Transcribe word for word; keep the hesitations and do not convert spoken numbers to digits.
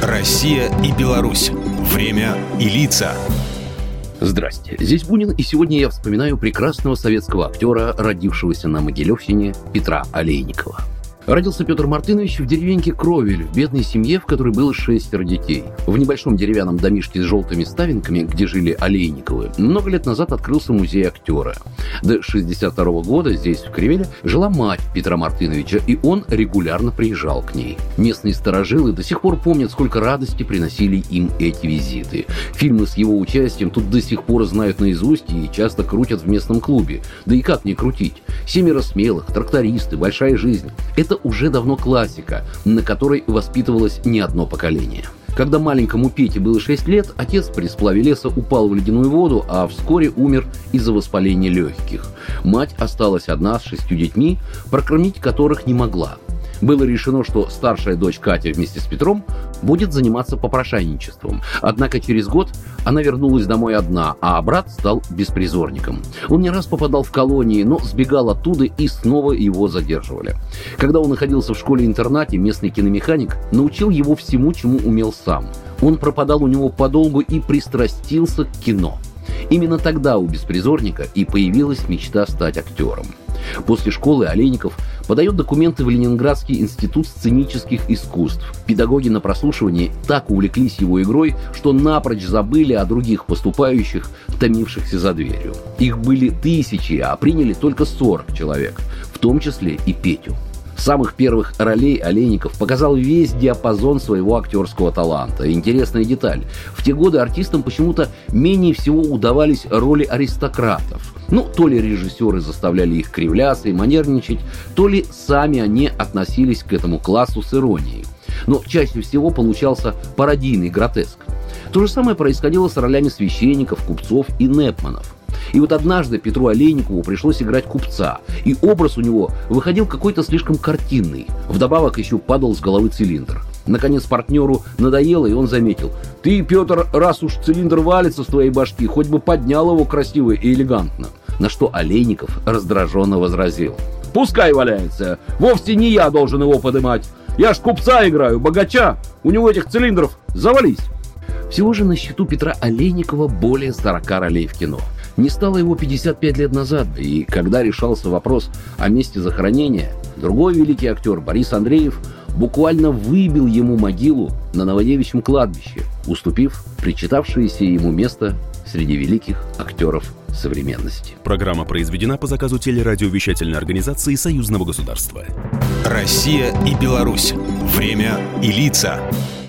Россия и Беларусь. Время и лица. Здрасте, здесь Бунин, и сегодня я вспоминаю прекрасного советского актера, родившегося на Могилевщине, Петра Олейникова. Родился Петр Мартынович в деревеньке Кровель, в бедной семье, в которой было шестеро детей. В небольшом деревянном домишке с желтыми ставинками, где жили Олейниковы, много лет назад открылся музей актера. До шестьдесят второго года здесь, в Кровеле, жила мать Петра Мартыновича, и он регулярно приезжал к ней. Местные старожилы до сих пор помнят, сколько радости приносили им эти визиты. Фильмы с его участием тут до сих пор знают наизусть и часто крутят в местном клубе. Да и как не крутить? «Семеро смелых», «Трактористы», «Большая жизнь» — это уже давно классика, на которой воспитывалось не одно поколение. Когда маленькому Пете было шесть лет, отец при сплаве леса упал в ледяную воду, а вскоре умер из-за воспаления легких. Мать осталась одна с шестью детьми, прокормить которых не могла. Было решено, что старшая дочь Катя вместе с Петром будет заниматься попрошайничеством. Однако через год она вернулась домой одна, а брат стал беспризорником. Он не раз попадал в колонии, но сбегал оттуда, и снова его задерживали. Когда он находился в школе-интернате, местный киномеханик научил его всему, чему умел сам. Он пропадал у него подолгу и пристрастился к кино. Именно тогда у беспризорника и появилась мечта стать актером. После школы Олейников подает документы в Ленинградский институт сценических искусств. Педагоги на прослушивании так увлеклись его игрой, что напрочь забыли о других поступающих, томившихся за дверью. Их были тысячи, а приняли только сорок человек, в том числе и Петю. С самых первых ролей Олейников показал весь диапазон своего актерского таланта. Интересная деталь. В те годы артистам почему-то менее всего удавались роли аристократов. Ну, то ли режиссеры заставляли их кривляться и манерничать, то ли сами они относились к этому классу с иронией. Но чаще всего получался пародийный гротеск. То же самое происходило с ролями священников, купцов и непманов. И вот однажды Петру Олейникову пришлось играть купца, и образ у него выходил какой-то слишком картинный. Вдобавок еще падал с головы цилиндр. Наконец партнеру надоело, и он заметил: «Ты, Петр, раз уж цилиндр валится с твоей башки, хоть бы поднял его красиво и элегантно». На что Олейников раздраженно возразил: «Пускай валяется, вовсе не я должен его подымать. Я ж купца играю, богача, у него этих цилиндров завались». Всего же на счету Петра Олейникова более сорока ролей в кино. Не стало его пятьдесят пять лет назад, и когда решался вопрос о месте захоронения, другой великий актер Борис Андреев буквально выбил ему могилу на Новодевичьем кладбище, уступив причитавшееся ему место среди великих актеров современности. Программа произведена по заказу телерадиовещательной организации Союзного государства. Россия и Беларусь. Время и лица.